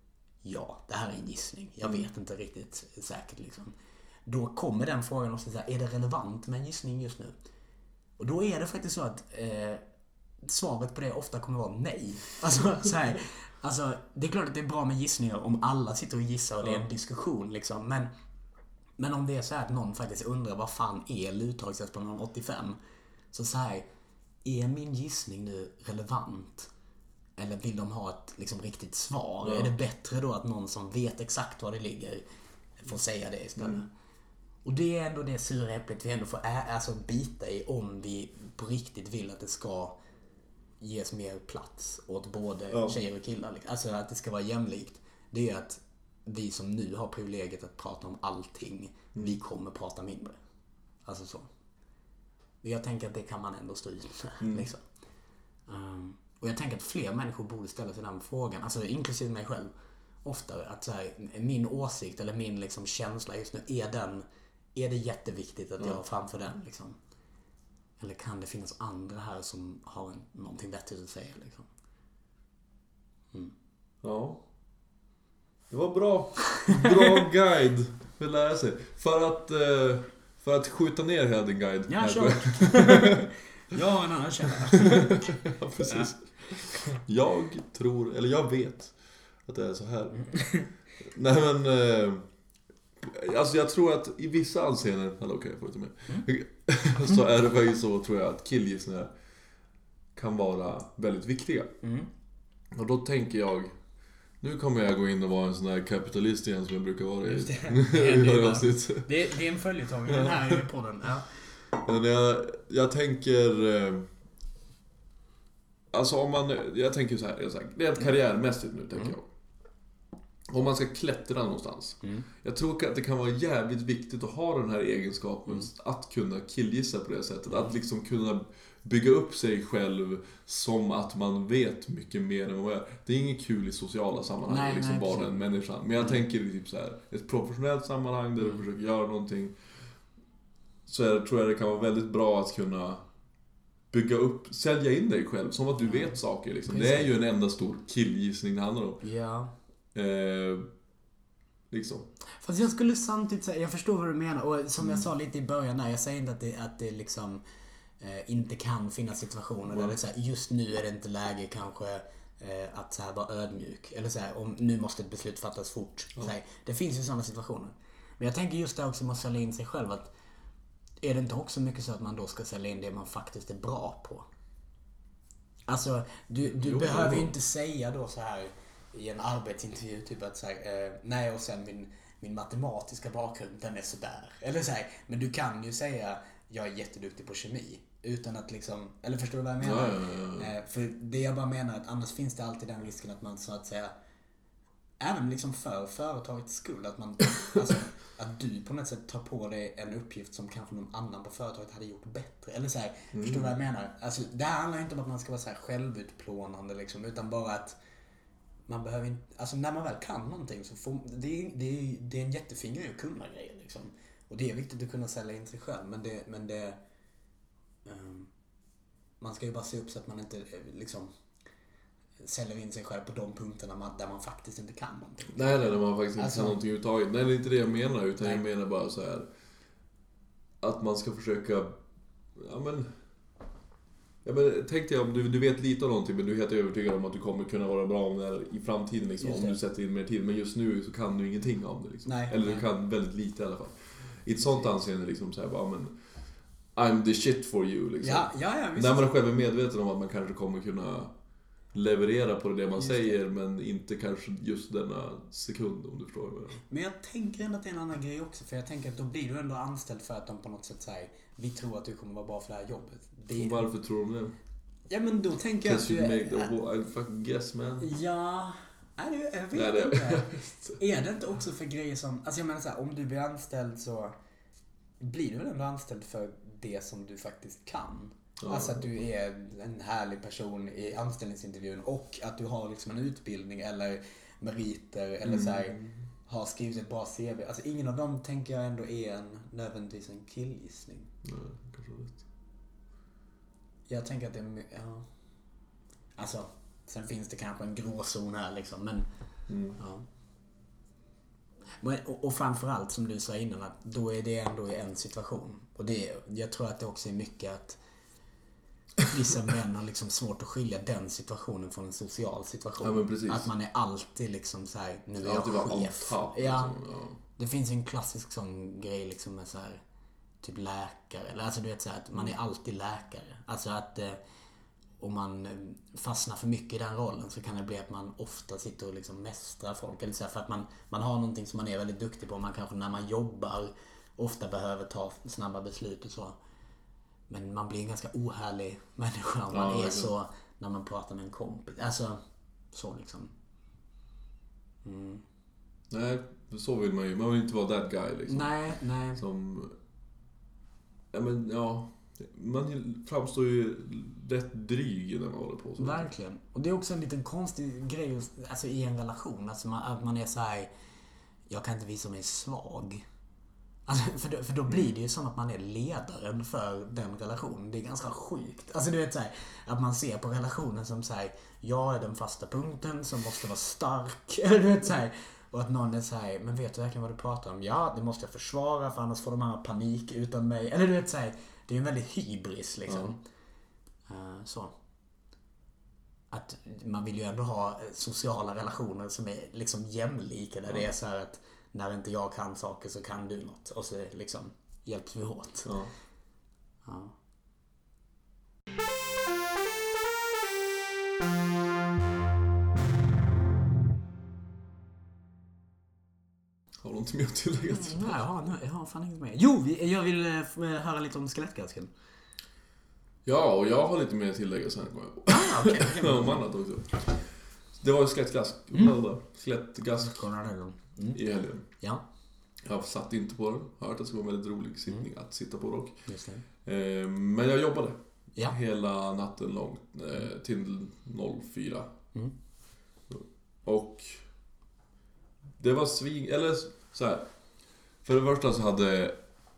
Ja, det här är en gissning. Jag vet inte riktigt säkert liksom. Då kommer den frågan också så här, är det relevant med en gissning just nu? Och då är det faktiskt så att eh, svaret på det ofta kommer vara nej. Alltså, så här, alltså, det är klart att det är bra med gissningar om alla sitter och gissar och det är en diskussion liksom. Men, men om det är så här att någon faktiskt undrar vad fan är luttagstest på noll åttiofem? Så så här, är min gissning nu relevant? Eller vill de ha ett liksom, riktigt svar? Ja. Är det bättre då att någon som vet exakt var det ligger får säga det istället? Mm. Och det är ändå det sura äpplet vi ändå får ä- alltså bita i om vi på riktigt vill att det ska ges mer plats åt både ja. tjejer och killar. Alltså att det ska vara jämlikt. det är att vi som nu har privilegiet att prata om allting, mm. vi kommer prata mindre. Alltså så. Jag tänker att det kan man ändå stå ut med. Mm. Liksom. Um, och jag tänker att fler människor borde ställa sig den frågan, alltså inklusive mig själv, oftare. Att så här, min åsikt eller min liksom, känsla just nu, är den, är det jätteviktigt att mm. jag har framför den? Liksom? Eller kan det finnas andra här som har en, någonting vettigt att säga? Liksom? Mm. Ja. Det var bra. Bra guide för att lära sig. För att, för att skjuta ner hela din guide. Ja, kör. Jag har en annan källa. Ja, precis. Jag tror, eller jag vet att det är så här. Nej men, alltså jag tror att i vissa anseenden, eller okej, jag får inte med. Mm. Så är det faktiskt så, tror jag, att killgissningar kan vara väldigt viktiga. Mm. Och då tänker jag, nu kommer jag gå in och vara en sån här kapitalist igen som jag brukar vara i. Just det. Det, är det, det är en följetong den här i podden. Ja. Men jag, jag tänker, alltså om man, jag tänker så här, jag säger, rent karriärmässigt nu tänker mm. jag. Om man ska klättra någonstans. Mm. Jag tror att det kan vara jävligt viktigt att ha den här egenskapen mm. att kunna killgissa på det sättet. Att liksom kunna bygga upp sig själv som att man vet mycket mer än vad jag är. Det är inget kul i sociala sammanhang, nej, liksom nej, vara en människa. Men jag mm. tänker i typ så här, ett professionellt sammanhang där mm. du försöker göra någonting. Så är det, tror jag det kan vara väldigt bra att kunna bygga upp, sälja in dig själv som att du mm. vet saker. Liksom. Det är ju en enda stor killgissning det handlar om. Ja. Eh, liksom. Fast jag skulle samtidigt säga, jag förstår vad du menar. Och som mm. jag sa lite i början där, jag säger inte att det, att det liksom eh, inte kan finnas situationer mm. där det så här, just nu är det inte läge kanske eh, att så här, vara ödmjuk. Eller så här, om nu måste ett beslut fattas fort. Mm. Så här, det finns ju sådana situationer. Men jag tänker just det också med att sälja in sig själv, att är det inte också mycket så att man då ska sälja in det man faktiskt är bra på? Alltså, du, du jo, behöver ju inte säga då så här i en arbetsintervju typ att så här, eh, nej och sen min, min matematiska bakgrund, den är sådär. Eller så här, men du kan ju säga jag är jätteduktig på kemi utan att liksom, eller förstår du vad jag menar? Ja, ja, ja. Eh, för det jag bara menar att annars finns det alltid den risken att man så att säga, även liksom för företagets skull, att man alltså, att du på något sätt tar på dig en uppgift som kanske någon annan på företaget hade gjort bättre. Eller så här, mm. förstår du vad jag menar? Alltså, det här handlar inte om att man ska vara så här självutplånande liksom, utan bara att man behöver inte, alltså när man väl kan någonting så får, det, är, det, är, det är en jättefin grej att kunna grejer liksom. Och det är viktigt att kunna sälja in sig själv, men det, men det um, man ska ju bara se upp så att man inte liksom säljer in sig själv på de punkterna man, där man faktiskt inte kan någonting. Nej, nej, där man faktiskt inte alltså, kan någonting överhuvudtaget. Nej, det är inte det jag menar, utan nej. Jag menar bara så här att man ska försöka, ja men ja, men tänk dig om du, du vet lite om någonting, men du är helt övertygad om att du kommer kunna vara bra om det här i framtiden liksom, om du sätter in mer tid. Men just nu så kan du ingenting om det liksom. Nej, eller nej. Du kan väldigt lite i alla fall. I ett sånt anseende liksom så här, bara, men I'm the shit for you liksom. Ja, ja, ja, när man själv är medveten om att man kanske kommer kunna leverera på det man just säger det. Men inte kanske just denna sekund, om du förstår vad jag. Men jag tänker ändå att det är en annan grej också, för jag tänker att då blir du ändå anställd för att de på något sätt säger vi tror att du kommer vara bra för det här jobbet. Det är... Varför tror de det? Ja, men då tänker jag att du make the whole, I fucking guess, man. Ja, nej, jag vet nej, inte. Det... är det inte också för grejer som, alltså jag menar så här, om du blir anställd så blir du väl ändå anställd för det som du faktiskt kan. Ja. Alltså att du är en härlig person i anställningsintervjun och att du har liksom en utbildning eller meriter eller mm. så här, har skrivit ett bra C V. Alltså ingen av dem tänker jag ändå är en nödvändigtvis en killgissning. Nej, kanske rätt. Jag tänker att det är mycket, ja. Alltså, sen finns det kanske en gråzon här liksom, men mm. ja. Och, och framförallt som du sa innan, att då är det ändå i en situation. Och det, jag tror att det också är mycket att vissa män har liksom svårt att skilja den situationen från en social situation. Ja, men precis. Att man är alltid liksom så här, nu är jag chef. Top, ja, ja. Det finns en klassisk sån grej liksom med så här typ läkare. Eller alltså du vet så här, att man är alltid läkare. Alltså att eh, om man fastnar för mycket i den rollen så kan det bli att man ofta sitter och liksom mästrar folk. Eller så här, för att man, man har någonting som man är väldigt duktig på. Man kanske när man jobbar ofta behöver ta snabba beslut och så. Men man blir en ganska ohärlig människa om man ja, är så när man pratar med en kompis. Alltså, så liksom. Mm. Nej, så vill man ju. Man vill inte vara that guy liksom. Nej, nej. Som... Ja, men ja... Man framstår ju rätt dryg när man håller på så. Verkligen. Och det är också en liten konstig grej alltså, i en relation. Alltså, man, att man är så här: jag kan inte visa mig svag. Alltså, för, då, för då blir det ju som att man är ledaren för den relationen. Det är ganska sjukt. Alltså du vet så här, att man ser på relationen som så här: jag är den fasta punkten som måste vara stark. Eller du vet så här, och att någon är så här: men vet du verkligen vad du pratar om? Ja, det måste jag försvara för annars får de andra panik utan mig. Eller du vet så här, det är en väldigt hybris liksom. Mm. Uh, så. Att man vill ju ändå ha sociala relationer som är liksom jämlika. Där ja. Det är så här att när inte jag kan saker så kan du något. Och så liksom hjälps vi åt. Ja. Ja. Har du inte mer att tillägga? Mm, nej, jag har, jag har fan inget mer. Jo, vi, jag vill uh, höra lite om Skelettgasken. Ja, och jag har lite mer att tillägga sen. Ah, okej. Okay, okay. Om annat också. Det var ju skelettgask. Mm. Skelettgask mm. i helgen. Ja. Jag satt inte på den. Hört att det skulle vara en väldigt rolig sittning mm. att sitta på dock. Just det. Eh, men jag jobbade. Ja. Hela natten långt. Eh, till fyra. Mm. Och det var sving... Eller så här. För det första så hade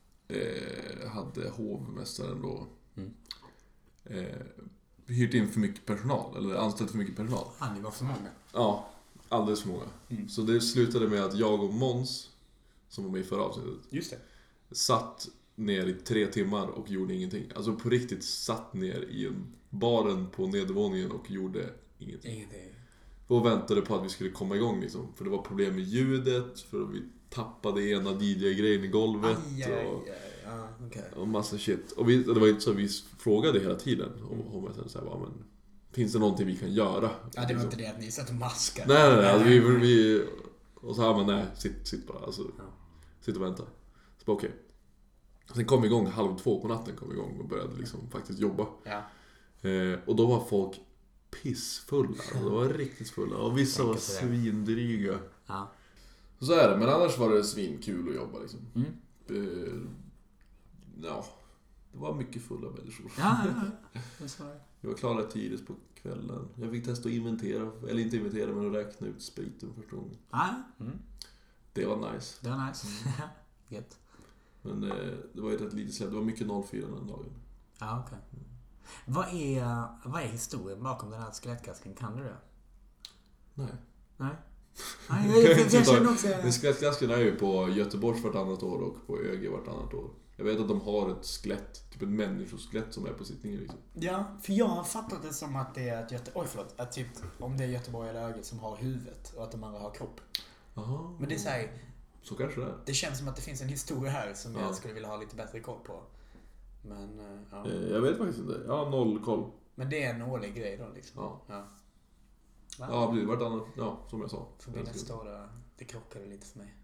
eh, hade hovmästaren då mm. eh, hyrt in för mycket personal. Eller anställt för mycket personal. Ah, det var för många. Ja, alldeles för många. Mm. Så det slutade med att jag och Måns, som var med i förra avsnittet, just det, satt ner i tre timmar och gjorde ingenting. Alltså på riktigt satt ner i en baren på nedervåningen och gjorde ingenting. Ingenting. Och väntade på att vi skulle komma igång liksom. För det var problem med ljudet, för vi tappade ena D J-grejen i golvet. Aj, aj, aj. Och, ja, okay. och massa shit. Och vi, det var inte så att vi frågade hela tiden. Och hon var så här, bara, men finns det någonting vi kan göra? Ja, det var inte det att ni satt och maskade. Nej, nej, nej. Alltså, vi, vi, och så här, men nej, sitt, sitt bara. Alltså, ja. Sitt och vänta. Så bara okej. Okay. Sen kom vi igång, halv två på natten kom vi igång och började liksom faktiskt jobba. Ja. Eh, och då var folk pissfulla. Alltså, de var riktigt fulla. Och vissa var svindryga. Ja. Så är det, men annars var det svinkul att jobba liksom. Mm. Eh, ja, det var mycket fulla människor. Ja, ja, ja. Det sa jag. Vi var klara tidigt på kvällen. Jag fick testa att inventera, eller inte inventera, men att räkna ut spriten första gången. Ja, mm. Det var nice. Det var nice. Gött. Men eh, det var ju ett litet släpp. Det var mycket noll fyra den dagen. Ja, okej. Okay. Mm. Vad är, vad är historien bakom den här skelettgasken? Kan du det? Nej. Nej. Nej, jag, jag, jag känner också... Men skelettgasken är ju på Göteborgs vartannat år och på Öge vartannat år. Jag vet att de har ett skelett, typ ett människoskelett som är på sittningen liksom. Ja, för jag har fattat det som att det är att Göte... Oj, förlåt. Att typ, om det är Göteborg eller Öge som har huvudet och att de andra har kropp. Aha. Men det är så här, så kanske det är. Det känns som att det finns en historia här som ja. jag skulle vilja ha lite bättre koll på. Men, ja. Jag vet faktiskt inte. Jag har noll koll. Men det är en årlig grej då liksom. Ja. Ja. Ja, det vart annat. Ja, som jag sa. För min nästa år, det, det krockade lite för mig.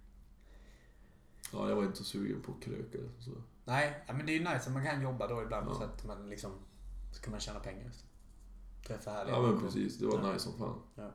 Ja, jag var inte så sugen på krökar. Så. Nej, men det är ju nice att man kan jobba då ibland ja. så att man liksom, så kan man tjäna pengar just. Träffa härliga. Ja, men precis. Det var ja. nice som fan. Ja.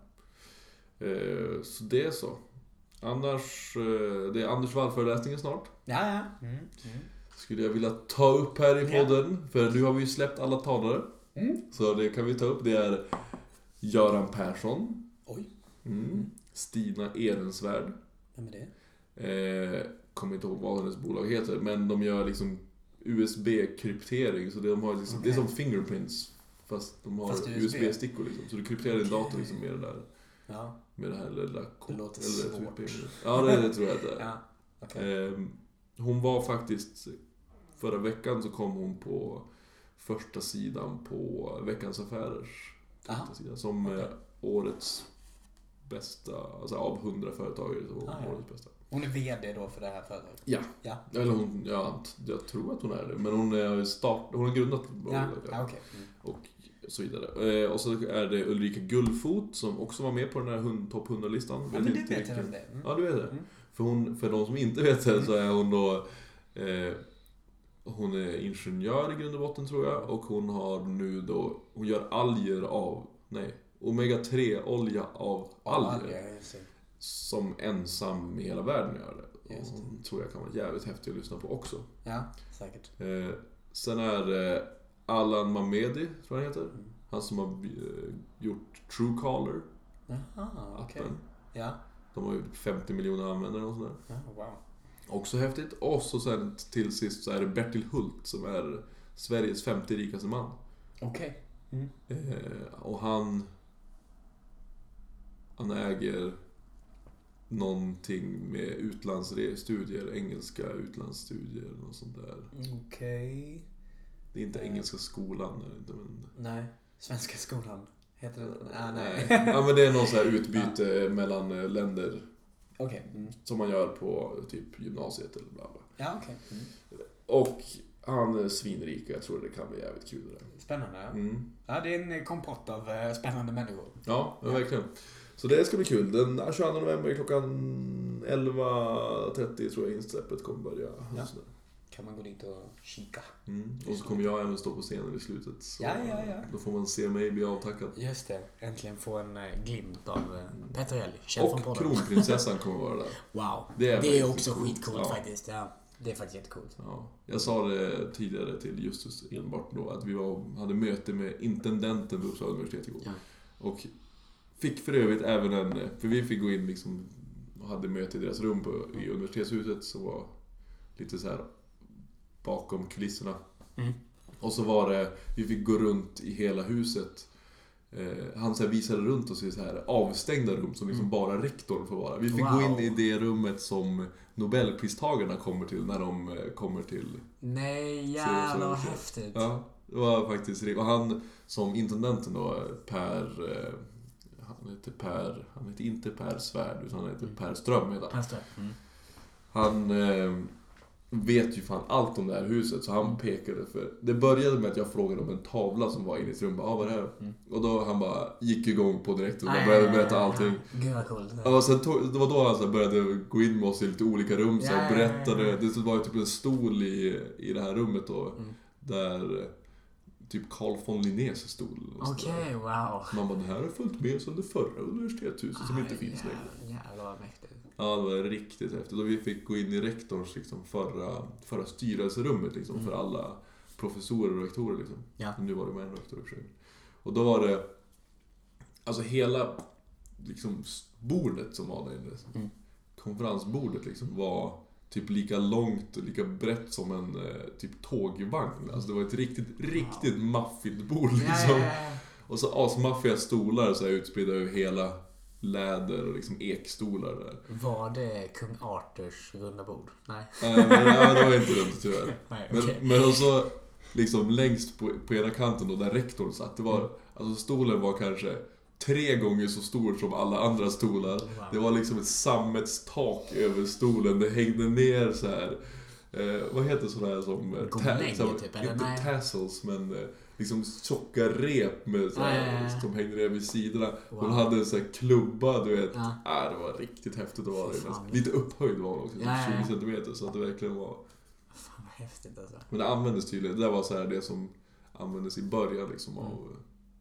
Eh, så det är så. Annars, eh, det är Anders Wall-föreläsningen snart. Ja, ja. Mm. Mm. Skulle jag vilja ta upp här i podden. Ja. För nu har vi ju släppt alla talare. Mm. Så det kan vi ta upp. Det är Göran Persson. Oj. Mm. Mm. Stina Ehrensvärd. Vem är det? Eh, kommer inte ihåg vad hennes bolag heter. Men de gör liksom U S B-kryptering. Så de har liksom, okay. Det är som fingerprints. Fast de har fast U S B-stickor liksom. Så du krypterar din okay. dator liksom med det där. Ja. Med det här lilla kort. Det låter svårt. Typ. Ja, det, det tror jag att det är. Ja. Okay. Eh, hon var faktiskt... Förra veckan så kom hon på första sidan på Veckans Affärers sida, som okay. årets bästa, alltså av hundra företagare så ah, ja. årets bästa. Hon är vd då för det här företaget? Ja. ja. Eller hon, ja, jag tror att hon är det, men hon är start, hon har grundat ja. ja, okay. mm. och så vidare. Eh, och så är det Ulrika Gullfot som också var med på den här hund, topp hundra-listan. Ja, men det vet jag vem det är. Mm. Ja, du vet det. Mm. För, hon, för de som inte vet det så är hon då eh, hon är ingenjör i grund och botten tror jag. Och hon har nu då, hon gör alger av, nej, omega tre olja av alger. som ensam i hela världen gör det. Just det. Och tror jag kan vara jävligt häftig att lyssna på också. Ja, säkert. Eh, sen är det Alan Mamedi, tror jag han heter. Mm. Han som har eh, gjort Truecaller. Jaha, okej. Appen. Ja. De har ju femtio miljoner användare och sådär. Ja, wow. Också häftigt. Och så sen till sist så är det Bertil Hult som är Sveriges femte rikaste man. Okej. Mm. Eh, och han han äger någonting med utlandsstudier, engelska utlandsstudier och något sånt där. Okej. Det är inte engelska skolan eller inte, men Nej, svenska skolan heter det. Ah, nej. ja, men det är någon så här utbyte ja. mellan länder. Okej. Okay. Mm. Som man gör på typ gymnasiet eller bla bla. Ja, okej. Okay. Mm. Och han är svinrik och jag tror det kan bli jävligt kul det där. Spännande. Mm. Ja, det är en kompott av uh, spännande människor. Ja, ja, verkligen. Så det ska bli kul. Den tjugoandra november klockan elva trettio tror jag insläppet kommer börja. Ja. Kan man gå dit och kika. Mm. Och så kommer jag även stå på scenen i slutet. Så ja, ja, ja. Då får man se mig bli avtackad. Just det. Äntligen få en uh, glimt av uh, Petter Elg. Och kronprinsessan kommer vara där. Wow. Det är, det är också coolt. skitcoolt ja. faktiskt. Ja. Det är faktiskt jättecoolt. Ja. Jag sa det tidigare till Justus enbart då att vi var, hade möte med intendenten vid Uppsala universitet igår. Ja. Och fick för övrigt även en, för vi fick gå in liksom och hade möte i deras rum på, i universitetshuset som var lite så här bakom kulisserna. Mm. Och så var det, vi fick gå runt i hela huset. Eh, han så här visade runt oss i så här avstängda rum som liksom mm. bara rektorn får vara. Vi fick wow. gå in i det rummet som Nobelpristagarna kommer till när de kommer till. Nej, jävlar vad häftigt. Ja, det var faktiskt och han som intendenten då Per eh, han heter Per, han heter inte Per Svärd utan han heter mm. Per Ström heter. Per Ström. Mm. Han eh, vet ju fan allt om det här huset så han mm. pekade för det började med att jag frågade om en tavla som var inne i ett rum bara, ah, vad är det här? Mm. Och då han bara gick igång på direkt och började berätta allting. Gud vad coolt. Ja, och sen tog, det var då han så började gå in med oss i lite olika rum så och berättade. Det var ju typ en stol i, i det här rummet då mm. där typ Carl von Linnés stol. Okej, okay, wow. Så man bara, det här är fullt med som det förra universitetshuset ah, som inte finns jävlar, längre. Jävlar vad mäktigt. Ja, det var riktigt häftigt. Och vi fick gå in i rektorns liksom, förra, förra styrelserummet liksom, mm. för alla professorer och rektorer. Liksom. Ja. Nu var det med en rektor för sig. Och då var det alltså hela liksom, bordet som var där inne. Mm. Konferensbordet liksom, var typ lika långt och lika brett som en typ tågvagn. Alltså det var ett riktigt, riktigt wow. maffigt bord liksom. Ja, ja, ja. Och så asmaffiga stolar så här utspridda över hela läder och liksom ekstolar där. Var det kung Arthurs runda bord? Nej. Äh, men, ja, det var inte runt tyvärr. Nej, okay. Men, men också liksom längst på, på ena kanten då där rektorn satt. Det var, mm. alltså stolen var kanske tre gånger så stor som alla andra stolar. Wow. Det var liksom ett sammetstak över stolen. Det hängde ner så här. Eh, vad heter sådana här som ta- så, typ, eller inte nej? Tassels men eh, liksom tjocka rep med så här, ah, som hängde ner vid sidorna. Wow. Hon hade en så här klubba, du vet. Ja. Ah, det var riktigt häftigt att vara där. Lite upphöjd var det också, ja, tjugo ja, ja. centimeter så att det verkligen var. Fan vad häftigt alltså. Men det användes tydligen. Det där var så här det som användes i början liksom mm. av.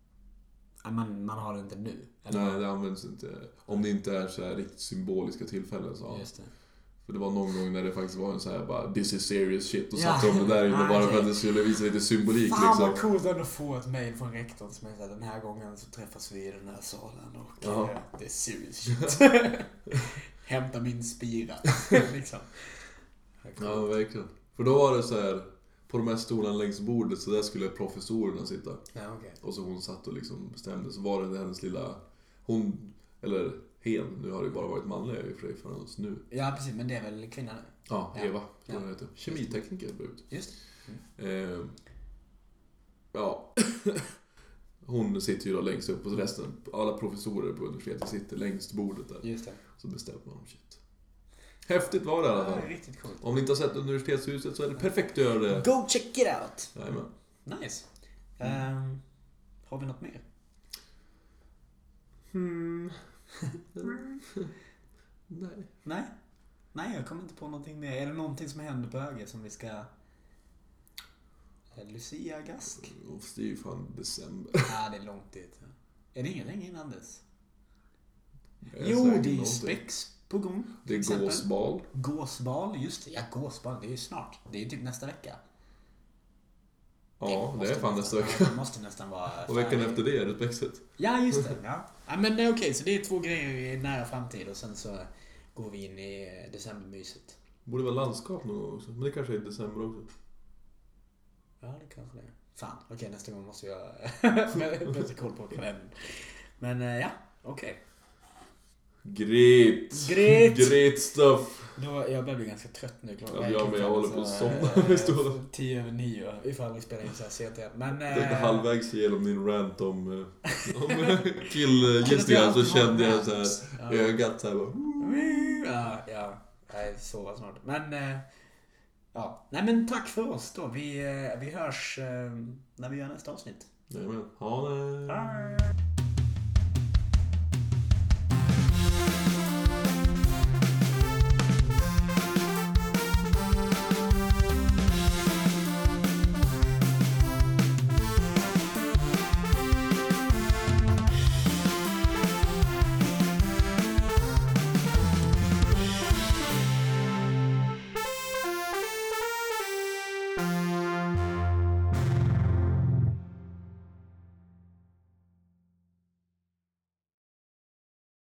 Man, man har det inte nu. Eller? Nej, det används inte. Om det inte är så här riktigt symboliska tillfällen så. Just det. För det var någon gång när det faktiskt var en så här bara this is serious shit och satte de det där inne bara för att det skulle visa lite symbolik. Fan liksom. vad coolt att få ett mail från rektorn som är så här, den här gången så träffas vi i den här salen och ja. Det är serious shit. Hämta min spira. liksom. Ja, verkligen. För då var det så här på de här stolarna längs bordet så där skulle professorerna sitta. Ja, okay. Och så hon satt och liksom bestämde så var det hennes lilla hon eller hen, nu har det bara varit manliga i och för sig förrän nu. Ja, precis, men det är väl kvinnan nu? Ja, Eva. Ja. Hon heter. Kemitekniker ut. Just mm. eh, Ja. Hon sitter ju då längst upp och resten, alla professorer på universitetet sitter längst bordet där. Just det. Så bestämmer man om shit. Häftigt var det i alla fall. Ja, det är riktigt coolt. Om ni inte har sett universitetshuset så är det perfekt att göra det. Go check it out! Jajamän. Nice. Um, har vi något mer? Hmm. Nej. Nej. Nej, jag kommer inte på någonting mer. Är det någonting som händer på höger som vi ska... Lucia Gask? Det är ju fan december. Ja, det är långt dit. Är det ingen länge innan dess? Jo, det är ju spex på gång. Det är gåsbal. Gåsbal, just det. Ja, gåsbal, det är ju snart. Det är ju typ nästa vecka. Ja, det, det är fan nästa vecka. Det måste nästan vara... Och veckan efter det är det spexet. Ja, just det. Ja, ja men okej, okay, så det är två grejer i nära framtid och sen så går vi in i decembermyset. Borde vara landskap någon gång också. Men det kanske är i december också. Ja, det kanske det är. Fan, okej, okay, nästa gång måste jag bättre koll på kalendern. Men ja, okej. Okay. Great. Great. Great stuff. Då, jag börjar bli ganska trött nu. Ja, jag men jag håller på att somna. Tio över nio. Vi får aldrig spela in så här C T. Men... Det är äh, halvvägs igenom din rant om, om killgissningar så kände jag så här ja. ögat så här bara... Ja, ja. Jag sover snart. Men... Äh, ja. Nej, men tack för oss då. Vi, vi hörs äh, när vi gör nästa avsnitt. Nej, men ha det. Bye.